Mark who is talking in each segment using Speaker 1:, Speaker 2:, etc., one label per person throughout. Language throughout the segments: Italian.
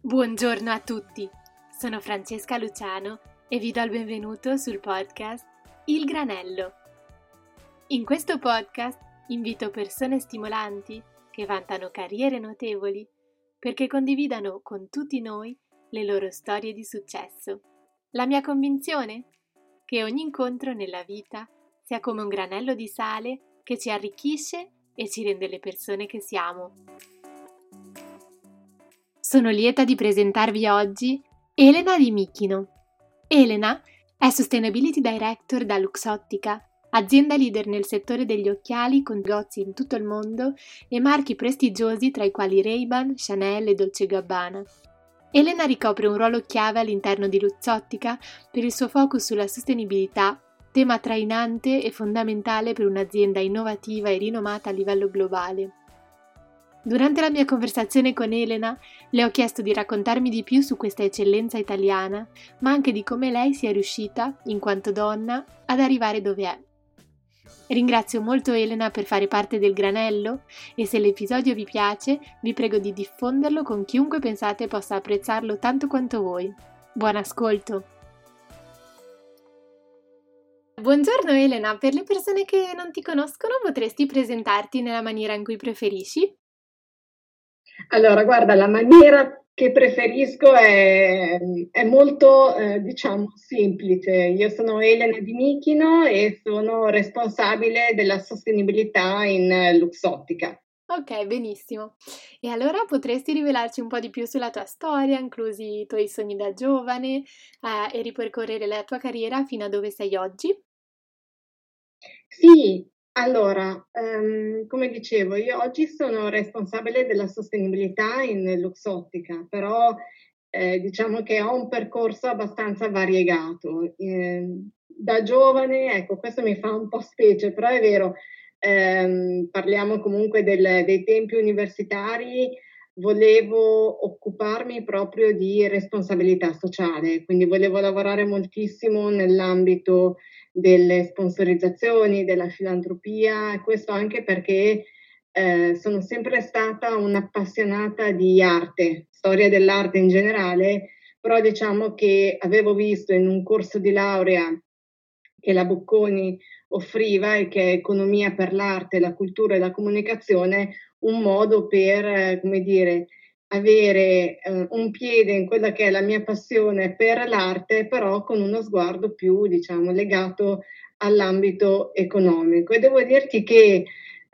Speaker 1: Buongiorno a tutti, sono Francesca Luciano e vi do il benvenuto sul podcast Il Granello. In questo podcast invito persone stimolanti che vantano carriere notevoli perché condividano con tutti noi le loro storie di successo. La mia convinzione? Che ogni incontro nella vita sia come un granello di sale che ci arricchisce e ci rende le persone che siamo. Sono lieta di presentarvi oggi Elena Di Michino. Elena è Sustainability Director da Luxottica, azienda leader nel settore degli occhiali con negozi in tutto il mondo e marchi prestigiosi tra i quali Ray-Ban, Chanel e Dolce & Gabbana. Elena ricopre un ruolo chiave all'interno di Luxottica per il suo focus sulla sostenibilità, tema trainante e fondamentale per un'azienda innovativa e rinomata a livello globale. Durante la mia conversazione con Elena le ho chiesto di raccontarmi di più su questa eccellenza italiana, ma anche di come lei sia riuscita, in quanto donna, ad arrivare dove è. Ringrazio molto Elena per fare parte del Granello e se l'episodio vi piace, vi prego di diffonderlo con chiunque pensate possa apprezzarlo tanto quanto voi. Buon ascolto! Buongiorno Elena, per le persone che non ti conoscono potresti presentarti nella maniera in cui preferisci?
Speaker 2: Allora, guarda, la maniera che preferisco è molto, semplice. Io sono Elena Di Michino e sono responsabile della sostenibilità in Luxottica.
Speaker 1: Ok, benissimo. E allora potresti rivelarci un po' di più sulla tua storia, inclusi i tuoi sogni da giovane, e ripercorrere la tua carriera fino a dove sei oggi?
Speaker 2: Sì, allora, come dicevo, io oggi sono responsabile della sostenibilità in Luxottica, però diciamo che ho un percorso abbastanza variegato. Da giovane, ecco, questo mi fa un po' specie, però è vero, parliamo comunque dei tempi universitari, volevo occuparmi proprio di responsabilità sociale, quindi volevo lavorare moltissimo nell'ambito delle sponsorizzazioni, della filantropia, e questo anche perché sono sempre stata un'appassionata di arte, storia dell'arte in generale, però diciamo che avevo visto in un corso di laurea che la Bocconi offriva e che è Economia per l'arte, la cultura e la comunicazione, un modo per, come dire, avere un piede in quella che è la mia passione per l'arte, però con uno sguardo più, diciamo, legato all'ambito economico. E devo dirti che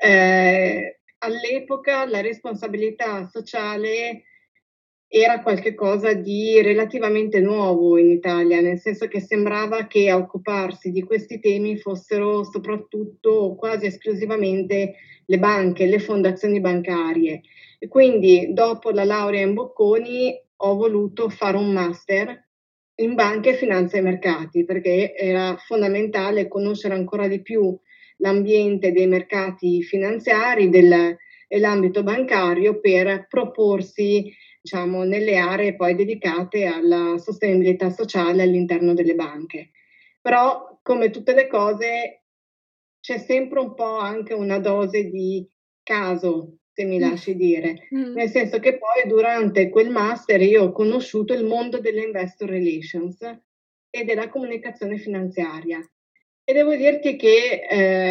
Speaker 2: all'epoca la responsabilità sociale era qualcosa di relativamente nuovo in Italia, nel senso che sembrava che a occuparsi di questi temi fossero soprattutto o quasi esclusivamente le banche, le fondazioni bancarie. E quindi dopo la laurea in Bocconi ho voluto fare un master in banca e finanza e mercati, perché era fondamentale conoscere ancora di più l'ambiente dei mercati finanziari e l'ambito bancario per proporsi, diciamo, nelle aree poi dedicate alla sostenibilità sociale all'interno delle banche. Però, come tutte le cose, c'è sempre un po' anche una dose di caso, se mi lasci dire. Nel senso che poi durante quel master io ho conosciuto il mondo delle investor relations e della comunicazione finanziaria. E devo dirti che,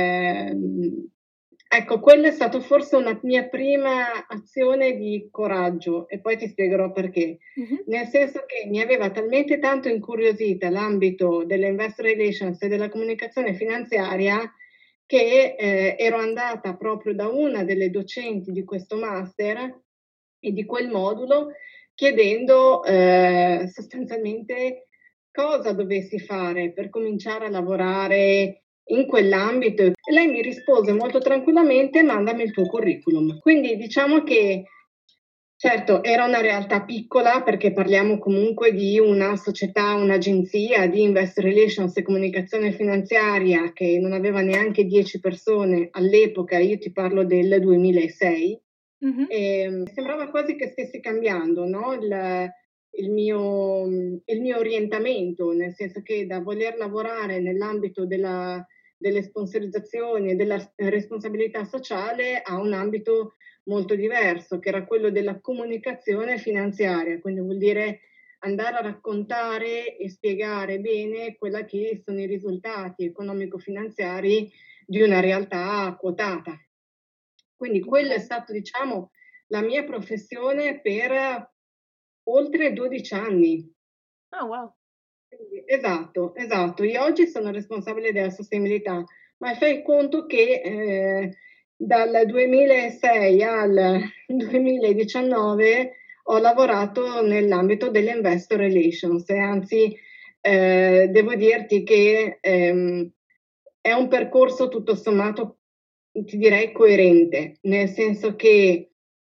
Speaker 2: ecco, quella è stata forse una mia prima azione di coraggio e poi ti spiegherò perché. Nel senso che mi aveva talmente tanto incuriosita l'ambito delle investor relations e della comunicazione finanziaria che ero andata proprio da una delle docenti di questo master e di quel modulo chiedendo sostanzialmente cosa dovessi fare per cominciare a lavorare in quell'ambito. E lei mi rispose molto tranquillamente: mandami il tuo curriculum. Quindi diciamo che certo, era una realtà piccola perché parliamo comunque di una società, un'agenzia di investor relations e comunicazione finanziaria che non aveva neanche 10 persone all'epoca, io ti parlo del 2006, e sembrava quasi che stessi cambiando, no? Il mio orientamento, nel senso che da voler lavorare nell'ambito delle sponsorizzazioni e della responsabilità sociale a un ambito molto diverso, che era quello della comunicazione finanziaria, quindi vuol dire andare a raccontare e spiegare bene quella che sono i risultati economico-finanziari di una realtà quotata. Quindi quello è stato, diciamo, la mia professione per oltre 12 anni.
Speaker 1: Ah, wow.
Speaker 2: Esatto, esatto. Io oggi sono responsabile della sostenibilità, ma fai conto che dal 2006 al 2019 ho lavorato nell'ambito delle investor relations e anzi devo dirti che è un percorso tutto sommato, ti direi, coerente, nel senso che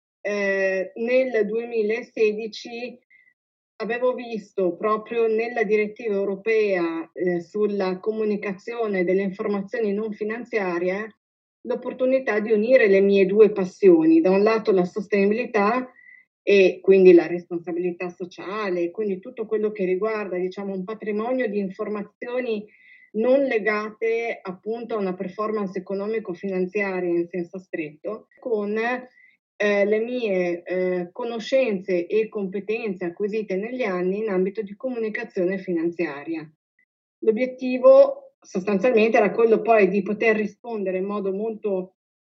Speaker 2: nel 2016 avevo visto proprio nella direttiva europea sulla comunicazione delle informazioni non finanziarie l'opportunità di unire le mie due passioni, da un lato la sostenibilità e quindi la responsabilità sociale, quindi tutto quello che riguarda, diciamo, un patrimonio di informazioni non legate appunto a una performance economico-finanziaria in senso stretto, con le mie conoscenze e competenze acquisite negli anni in ambito di comunicazione finanziaria. L'obiettivo sostanzialmente era quello poi di poter rispondere in modo molto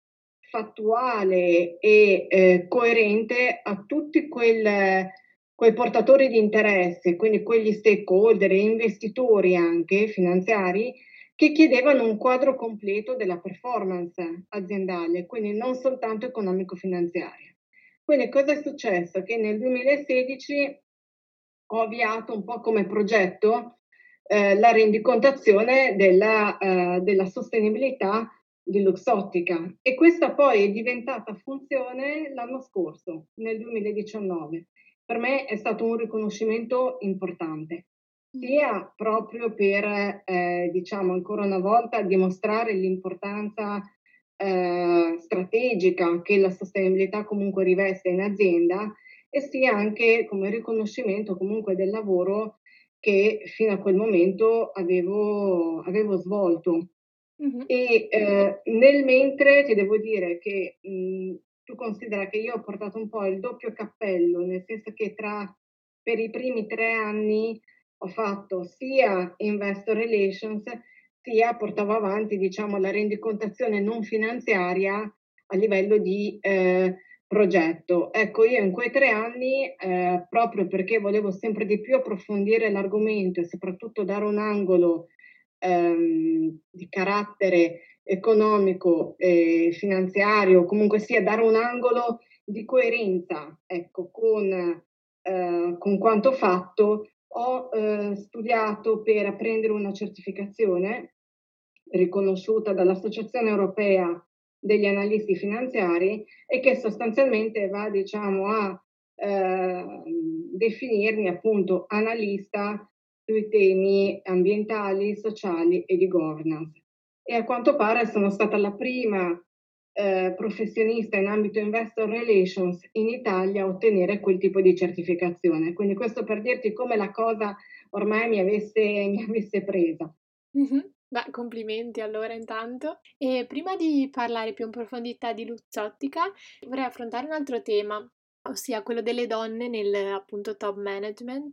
Speaker 2: fattuale e coerente a tutti quei portatori di interesse, quindi quegli stakeholder e investitori anche finanziari che chiedevano un quadro completo della performance aziendale, quindi non soltanto economico-finanziaria. Quindi cosa è successo? Che nel 2016 ho avviato un po' come progetto la rendicontazione della sostenibilità di Luxottica e questa poi è diventata funzione l'anno scorso, nel 2019. Per me è stato un riconoscimento importante, sia proprio per, diciamo, ancora una volta dimostrare l'importanza strategica che la sostenibilità comunque riveste in azienda e sia anche come riconoscimento comunque del lavoro che fino a quel momento avevo svolto.
Speaker 1: Mh-mh.
Speaker 2: E nel mentre ti devo dire che tu considera che io ho portato un po' il doppio cappello, nel senso che per i primi 3 anni ho fatto sia investor relations, sia portavo avanti, diciamo, la rendicontazione non finanziaria a livello di progetto. Ecco, io in quei 3 anni, proprio perché volevo sempre di più approfondire l'argomento e soprattutto dare un angolo di carattere economico e finanziario, comunque sia dare un angolo di coerenza, ecco, con quanto fatto, ho studiato per prendere una certificazione riconosciuta dall'Associazione Europea degli Analisti Finanziari e che sostanzialmente va, diciamo, a definirmi appunto analista sui temi ambientali, sociali e di governance. E a quanto pare sono stata la prima professionista in ambito investor relations in Italia a ottenere quel tipo di certificazione. Quindi questo per dirti come la cosa ormai mi avesse presa.
Speaker 1: Mh-mh. Beh, complimenti allora intanto. E prima di parlare più in profondità di Luxottica, vorrei affrontare un altro tema, ossia quello delle donne nel, appunto, top management.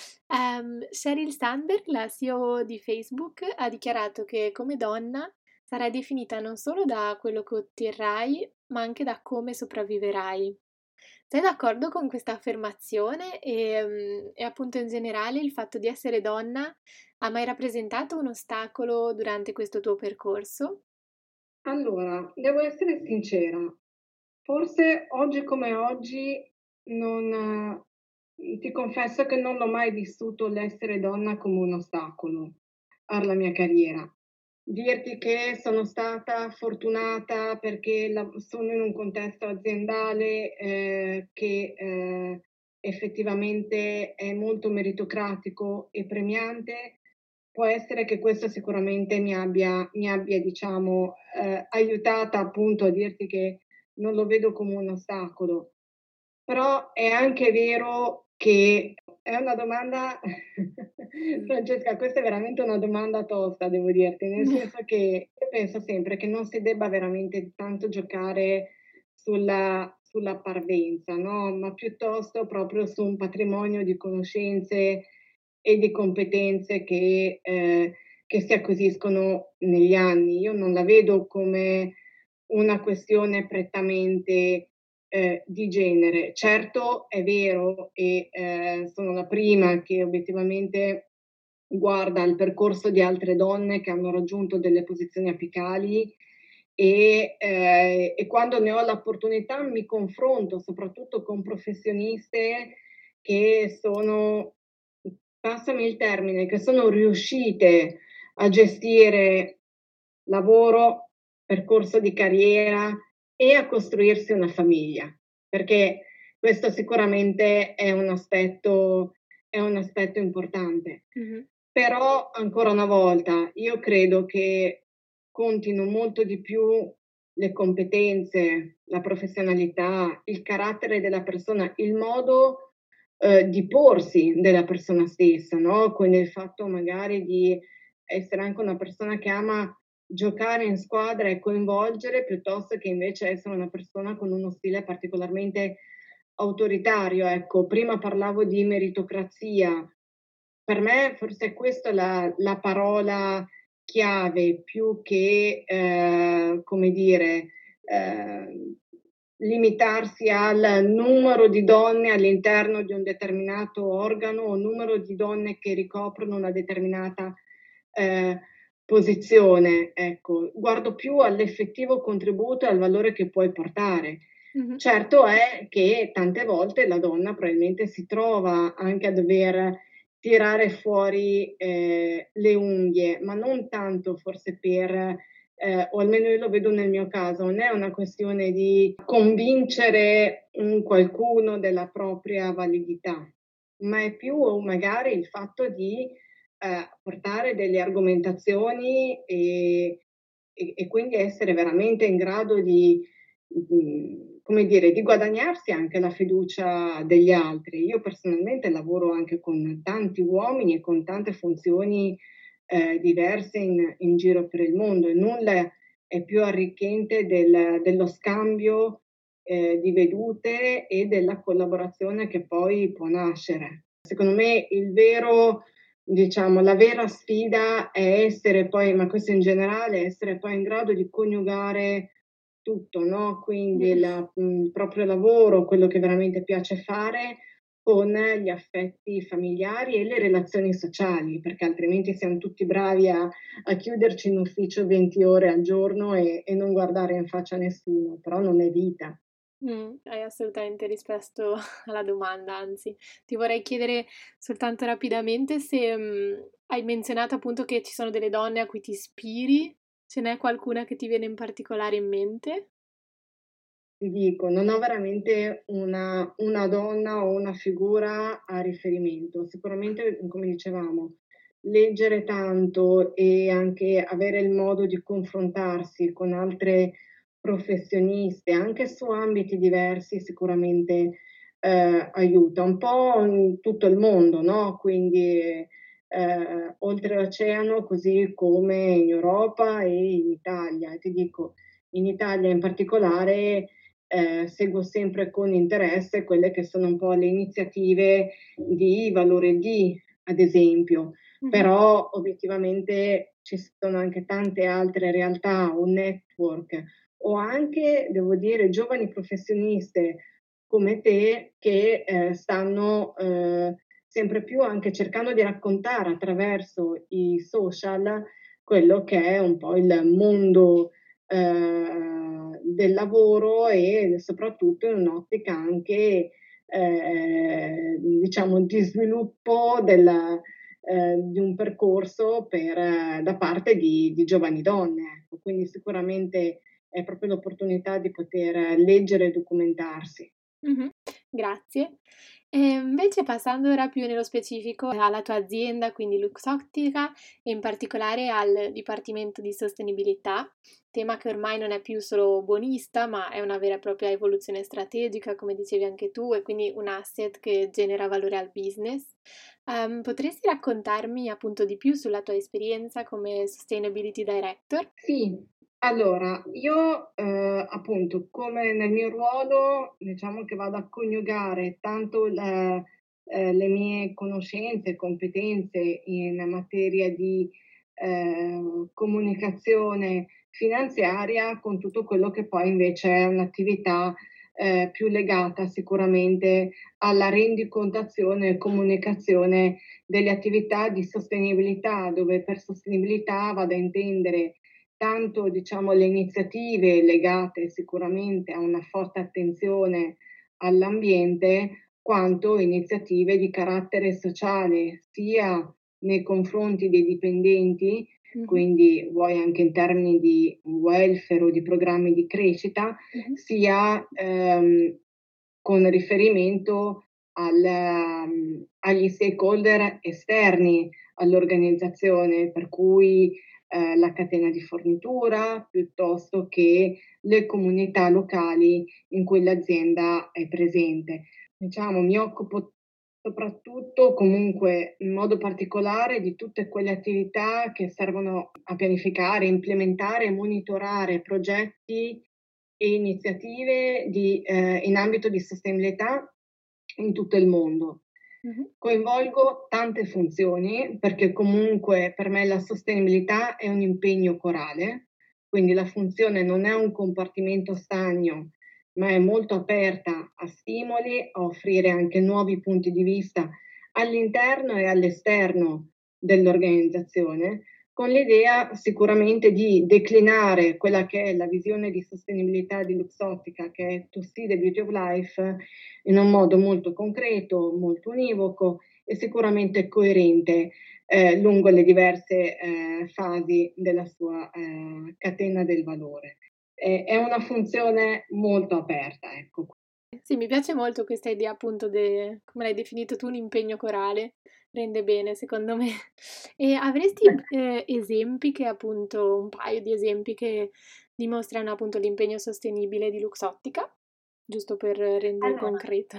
Speaker 1: Sheryl Sandberg, la CEO di Facebook, ha dichiarato che come donna sarai definita non solo da quello che otterrai, ma anche da come sopravviverai. Sei d'accordo con questa affermazione? E appunto in generale il fatto di essere donna ha mai rappresentato un ostacolo durante questo tuo percorso?
Speaker 2: Allora, devo essere sincera, forse oggi come oggi non ti confesso che non ho mai vissuto l'essere donna come un ostacolo alla mia carriera. Dirti che sono stata fortunata perché sono in un contesto aziendale che effettivamente è molto meritocratico e premiante, può essere che questo sicuramente mi abbia diciamo, aiutata appunto a dirti che non lo vedo come un ostacolo. Però è anche vero che è una domanda Francesca, questa è veramente una domanda tosta, devo dirti, nel senso che io penso sempre che non si debba veramente tanto giocare sulla parvenza, no? Ma piuttosto proprio su un patrimonio di conoscenze e di competenze che si acquisiscono negli anni. Io non la vedo come una questione prettamente di genere. Certo è vero e sono la prima che obiettivamente guarda il percorso di altre donne che hanno raggiunto delle posizioni apicali e quando ne ho l'opportunità mi confronto soprattutto con professioniste che sono, passami il termine, che sono riuscite a gestire lavoro, percorso di carriera e a costruirsi una famiglia, perché questo sicuramente è un aspetto importante.
Speaker 1: Mm-hmm.
Speaker 2: Però, ancora una volta, io credo che contino molto di più le competenze, la professionalità, il carattere della persona, il modo di porsi della persona stessa, no? Quindi il fatto magari di essere anche una persona che ama giocare in squadra e coinvolgere, piuttosto che invece essere una persona con uno stile particolarmente autoritario. Ecco, prima parlavo di meritocrazia. Per me forse è questa la parola chiave, più che, come dire, limitarsi al numero di donne all'interno di un determinato organo o numero di donne che ricoprono una determinata eh, posizione. Ecco, guardo più all'effettivo contributo e al valore che puoi portare.
Speaker 1: Mm-hmm.
Speaker 2: Certo è che tante volte la donna probabilmente si trova anche a dover tirare fuori le unghie, ma non tanto forse per, o almeno io lo vedo nel mio caso, non è una questione di convincere un qualcuno della propria validità, ma è più magari il fatto di portare delle argomentazioni e quindi essere veramente in grado di come dire, di guadagnarsi anche la fiducia degli altri. Io personalmente lavoro anche con tanti uomini e con tante funzioni diverse in giro per il mondo e nulla è più arricchente dello scambio di vedute e della collaborazione che poi può nascere. Secondo me diciamo, la vera sfida è essere poi, ma questo in generale, essere poi in grado di coniugare tutto, no? Quindi il proprio lavoro, quello che veramente piace fare, con gli affetti familiari e le relazioni sociali, perché altrimenti siamo tutti bravi a chiuderci in ufficio 20 ore al giorno e non guardare in faccia a nessuno, però non è vita.
Speaker 1: Hai assolutamente risposto alla domanda, anzi, ti vorrei chiedere soltanto rapidamente se hai menzionato appunto che ci sono delle donne a cui ti ispiri, ce n'è qualcuna che ti viene in particolare in mente?
Speaker 2: Ti dico, non ho veramente una donna o una figura a riferimento. Sicuramente, come dicevamo, leggere tanto e anche avere il modo di confrontarsi con altre professioniste, anche su ambiti diversi, sicuramente aiuta. Un po' in tutto il mondo, no? Quindi oltre l'oceano, così come in Europa e in Italia. E ti dico, in Italia in particolare seguo sempre con interesse quelle che sono un po' le iniziative di Valore D, ad esempio, però obiettivamente ci sono anche tante altre realtà o network o anche, devo dire, giovani professioniste come te che stanno sempre più anche cercando di raccontare attraverso i social quello che è un po' il mondo del lavoro e soprattutto in un'ottica anche diciamo di sviluppo di un percorso da parte di giovani donne. Ecco. Quindi sicuramente è proprio l'opportunità di poter leggere e documentarsi.
Speaker 1: Mh-mh. Grazie. Invece passando ora più nello specifico alla tua azienda, quindi Luxottica, e in particolare al dipartimento di sostenibilità, tema che ormai non è più solo buonista, ma è una vera e propria evoluzione strategica, come dicevi anche tu, e quindi un asset che genera valore al business. Potresti raccontarmi appunto di più sulla tua esperienza come Sustainability Director?
Speaker 2: Sì, Allora, io appunto come nel mio ruolo, diciamo che vado a coniugare tanto le mie conoscenze e competenze in materia di comunicazione finanziaria con tutto quello che poi invece è un'attività più legata sicuramente alla rendicontazione e comunicazione delle attività di sostenibilità, dove per sostenibilità vado a intendere tanto diciamo le iniziative legate sicuramente a una forte attenzione all'ambiente, quanto iniziative di carattere sociale, sia nei confronti dei dipendenti,
Speaker 1: Mh-mh.
Speaker 2: quindi vuoi anche in termini di welfare o di programmi di crescita,
Speaker 1: Mh-mh.
Speaker 2: sia con riferimento agli stakeholder esterni all'organizzazione, per cui la catena di fornitura, piuttosto che le comunità locali in cui l'azienda è presente. Diciamo, mi occupo soprattutto, comunque in modo particolare, di tutte quelle attività che servono a pianificare, implementare e monitorare progetti e iniziative in ambito di sostenibilità in tutto il mondo.
Speaker 1: Mh-mh.
Speaker 2: Coinvolgo tante funzioni, perché comunque per me la sostenibilità è un impegno corale, quindi la funzione non è un compartimento stagno, ma è molto aperta a stimoli, a offrire anche nuovi punti di vista all'interno e all'esterno dell'organizzazione, con l'idea sicuramente di declinare quella che è la visione di sostenibilità di Luxottica, che è To See the Beauty of Life, in un modo molto concreto, molto univoco e sicuramente coerente lungo le diverse fasi della sua catena del valore. È una funzione molto aperta, ecco.
Speaker 1: Sì, mi piace molto questa idea appunto come l'hai definito tu, un impegno corale, rende bene secondo me. E avresti, esempi che appunto un paio di esempi che dimostrano appunto l'impegno sostenibile di Luxottica? Giusto per rendere
Speaker 2: Allora,
Speaker 1: concreto.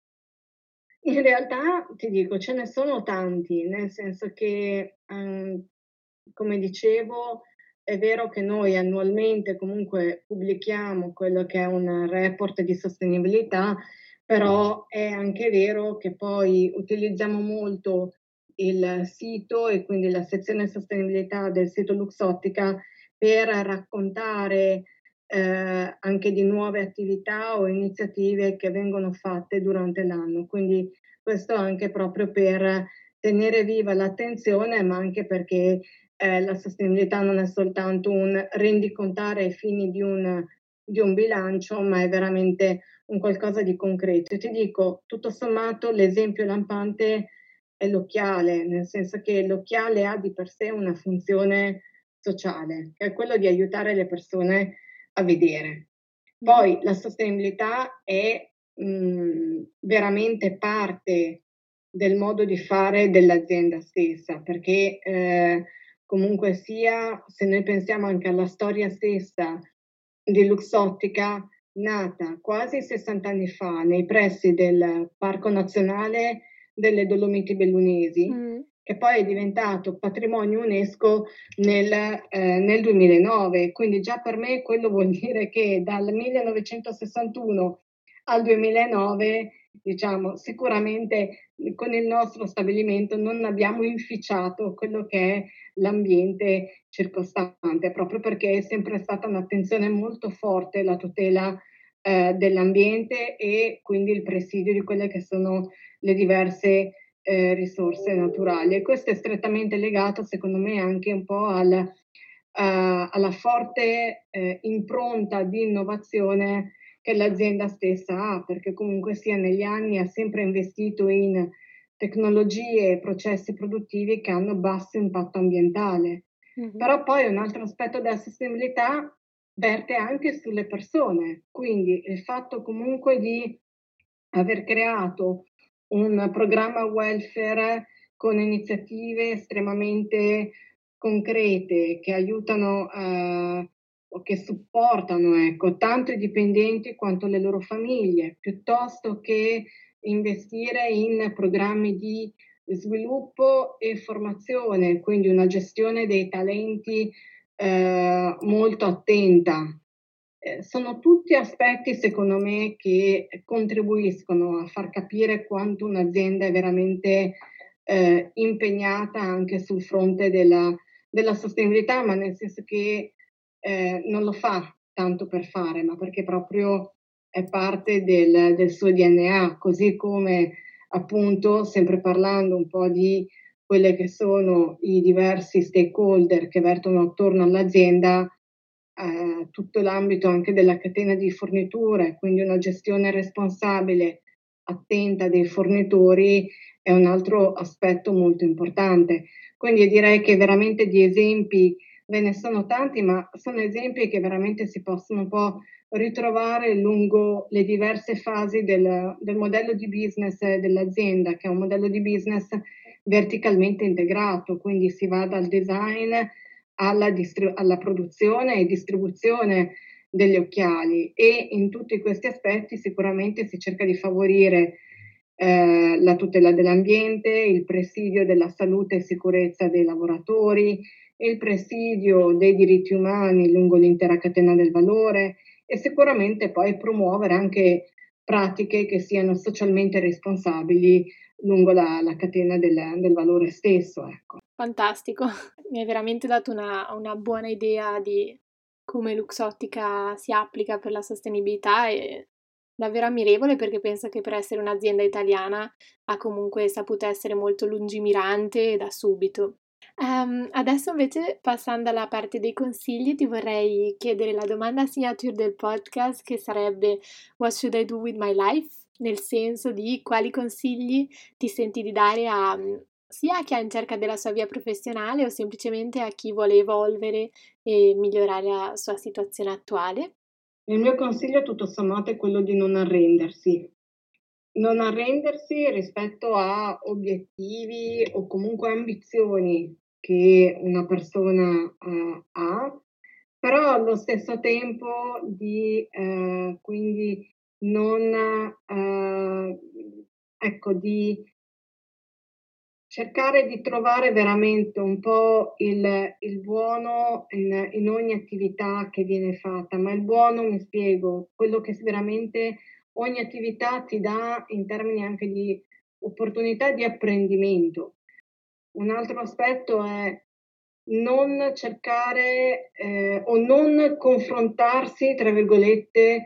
Speaker 2: in realtà ti dico, ce ne sono tanti, nel senso che, come dicevo, è vero che noi annualmente comunque pubblichiamo quello che è un report di sostenibilità, però è anche vero che poi utilizziamo molto il sito e quindi la sezione sostenibilità del sito Luxottica per raccontare anche di nuove attività o iniziative che vengono fatte durante l'anno. Quindi questo anche proprio per tenere viva l'attenzione, ma anche perché la sostenibilità non è soltanto un rendicontare ai fini di un bilancio, ma è veramente un qualcosa di concreto. E ti dico, tutto sommato, l'esempio lampante è l'occhiale, nel senso che l'occhiale ha di per sé una funzione sociale, che è quello di aiutare le persone a vedere.
Speaker 1: Mh-mh.
Speaker 2: Poi la sostenibilità è veramente parte del modo di fare dell'azienda stessa, perché comunque sia, se noi pensiamo anche alla storia stessa di Luxottica, nata quasi 60 anni fa nei pressi del Parco Nazionale delle Dolomiti Bellunesi,
Speaker 1: Mh.
Speaker 2: che poi è diventato patrimonio UNESCO nel 2009. Quindi già per me quello vuol dire che dal 1961 al 2009, diciamo, sicuramente con il nostro stabilimento non abbiamo inficiato quello che è l'ambiente circostante, proprio perché è sempre stata un'attenzione molto forte alla tutela dell'ambiente e quindi il presidio di quelle che sono le diverse risorse naturali. E questo è strettamente legato, secondo me, anche un po' alla forte impronta di innovazione che l'azienda stessa ha, perché comunque sia negli anni ha sempre investito in tecnologie e processi produttivi che hanno basso impatto ambientale.
Speaker 1: Mh-mh.
Speaker 2: Però poi un altro aspetto della sostenibilità verte anche sulle persone, quindi il fatto comunque di aver creato un programma welfare con iniziative estremamente concrete che aiutano o che supportano, ecco, tanto i dipendenti quanto le loro famiglie, piuttosto che investire in programmi di sviluppo e formazione, quindi una gestione dei talenti molto attenta. Sono tutti aspetti, secondo me, che contribuiscono a far capire quanto un'azienda è veramente impegnata anche sul fronte della sostenibilità, ma nel senso che non lo fa tanto per fare, ma perché proprio è parte del suo DNA, così come appunto, sempre parlando un po' di quelle che sono i diversi stakeholder che vertono attorno all'azienda, tutto l'ambito anche della catena di forniture, quindi una gestione responsabile, attenta dei fornitori è un altro aspetto molto importante. Quindi direi che veramente di esempi ve ne sono tanti, ma sono esempi che veramente si possono un po' ritrovare lungo le diverse fasi del modello di business dell'azienda, che è un modello di business verticalmente integrato, quindi si va dal design alla produzione e distribuzione degli occhiali, e in tutti questi aspetti sicuramente si cerca di favorire la tutela dell'ambiente, il presidio della salute e sicurezza dei lavoratori, il presidio dei diritti umani lungo l'intera catena del valore, e sicuramente poi promuovere anche pratiche che siano socialmente responsabili lungo la catena del valore stesso, ecco.
Speaker 1: Fantastico, mi hai veramente dato una buona idea di come Luxottica si applica per la sostenibilità, e davvero ammirevole, perché penso che per essere un'azienda italiana ha comunque saputo essere molto lungimirante da subito. Adesso invece, passando alla parte dei consigli, ti vorrei chiedere la domanda signature del podcast, che sarebbe What should I do with my life? Nel senso di quali consigli ti senti di dare sia a chi è in cerca della sua via professionale o semplicemente a chi vuole evolvere e migliorare la sua situazione attuale.
Speaker 2: Il mio consiglio tutto sommato è quello di non arrendersi. Non arrendersi rispetto a obiettivi o comunque ambizioni che una persona ha, però allo stesso tempo di quindi non ecco, di cercare di trovare veramente un po' il buono in ogni attività che viene fatta, ma il buono, mi spiego, quello che veramente ogni attività ti dà in termini anche di opportunità di apprendimento. Un altro aspetto è non cercare o non confrontarsi, tra virgolette,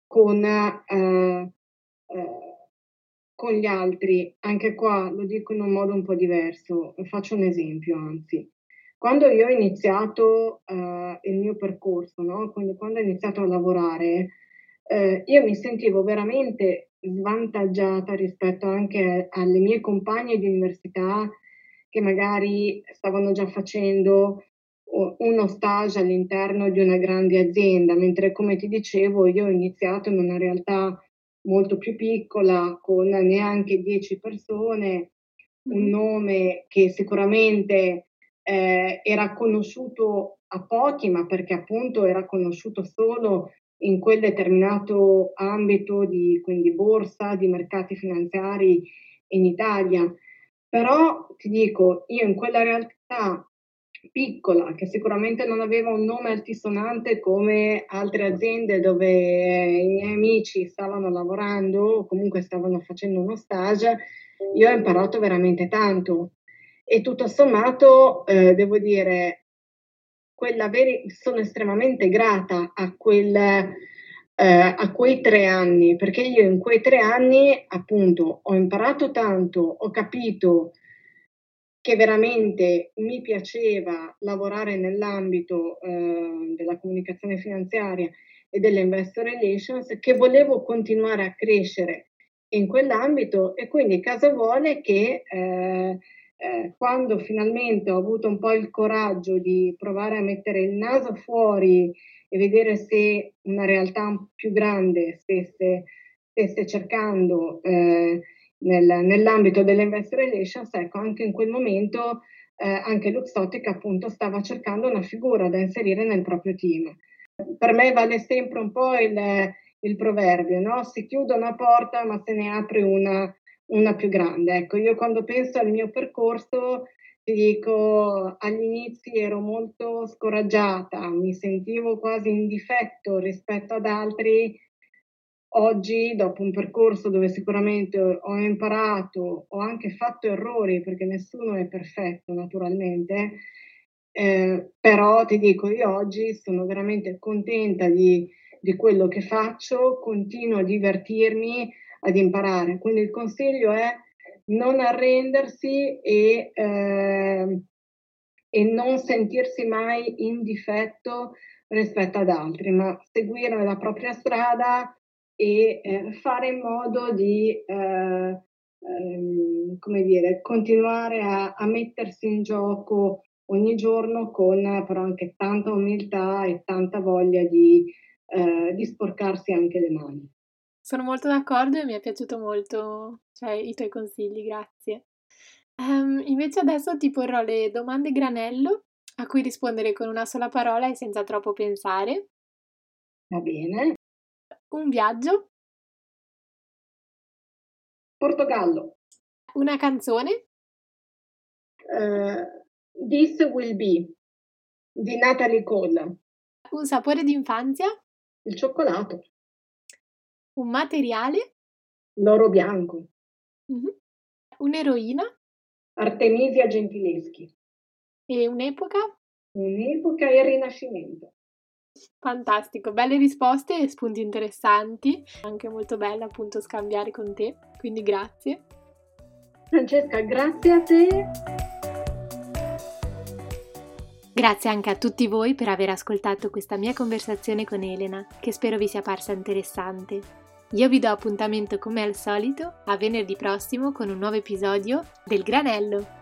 Speaker 2: ehm, con gli altri. Anche qua lo dico in un modo un po' diverso, faccio un esempio anzi. Quando io ho iniziato, il mio percorso, no, quindi quando ho iniziato a lavorare, io mi sentivo veramente svantaggiata rispetto anche alle mie compagne di università che magari stavano già facendo uno stage all'interno di una grande azienda, mentre come ti dicevo io ho iniziato in una realtà molto più piccola, con neanche 10 persone, un
Speaker 1: Mh-mh.
Speaker 2: nome che sicuramente era conosciuto a pochi, ma perché appunto era conosciuto solo in quel determinato ambito di quindi borsa, di mercati finanziari in Italia. Però ti dico, io in quella realtà piccola, che sicuramente non aveva un nome altisonante come altre aziende dove i miei amici stavano lavorando o comunque stavano facendo uno stage, io ho imparato veramente tanto. E tutto sommato, devo dire, sono estremamente grata a quei 3 anni, perché io in quei 3 anni, appunto, ho imparato tanto, ho capito che veramente mi piaceva lavorare nell'ambito, della comunicazione finanziaria e delle investor relations, che volevo continuare a crescere in quell'ambito, e quindi caso vuole che, quando finalmente ho avuto un po' il coraggio di provare a mettere il naso fuori e vedere se una realtà più grande stesse cercando, nell'ambito delle investor relations, ecco, anche in quel momento anche Luxottica appunto stava cercando una figura da inserire nel proprio team. Per me vale sempre un po' il proverbio, no? Si chiude una porta ma se ne apre una più grande. Ecco, io quando penso al mio percorso ti dico, agli inizi ero molto scoraggiata, mi sentivo quasi in difetto rispetto ad altri. Oggi, dopo un percorso dove sicuramente ho imparato, ho anche fatto errori, perché nessuno è perfetto naturalmente, però ti dico, io oggi sono veramente contenta di quello che faccio, continuo a divertirmi, ad imparare. Quindi il consiglio è non arrendersi e non sentirsi mai in difetto rispetto ad altri, ma seguire la propria strada e fare in modo di come dire, continuare a mettersi in gioco ogni giorno con però anche tanta umiltà e tanta voglia di sporcarsi anche le mani.
Speaker 1: Sono molto d'accordo e mi è piaciuto molto, cioè, i tuoi consigli, grazie. Invece adesso ti porrò le domande granello a cui rispondere con una sola parola e senza troppo pensare.
Speaker 2: Va bene?
Speaker 1: Un viaggio,
Speaker 2: Portogallo.
Speaker 1: una canzone,
Speaker 2: This Will Be di Natalie Cole.
Speaker 1: un sapore d'infanzia,
Speaker 2: Il cioccolato.
Speaker 1: un materiale,
Speaker 2: L'oro bianco.
Speaker 1: un'eroina
Speaker 2: Artemisia Gentileschi.
Speaker 1: e un'epoca.
Speaker 2: Un'epoca e il Rinascimento.
Speaker 1: Fantastico, belle risposte e spunti interessanti, anche molto bello appunto scambiare con te, quindi grazie.
Speaker 2: Francesca, grazie a te.
Speaker 1: Grazie anche a tutti voi per aver ascoltato questa mia conversazione con Elena, che spero vi sia parsa interessante. Io vi do appuntamento come al solito a venerdì prossimo con un nuovo episodio del Granello.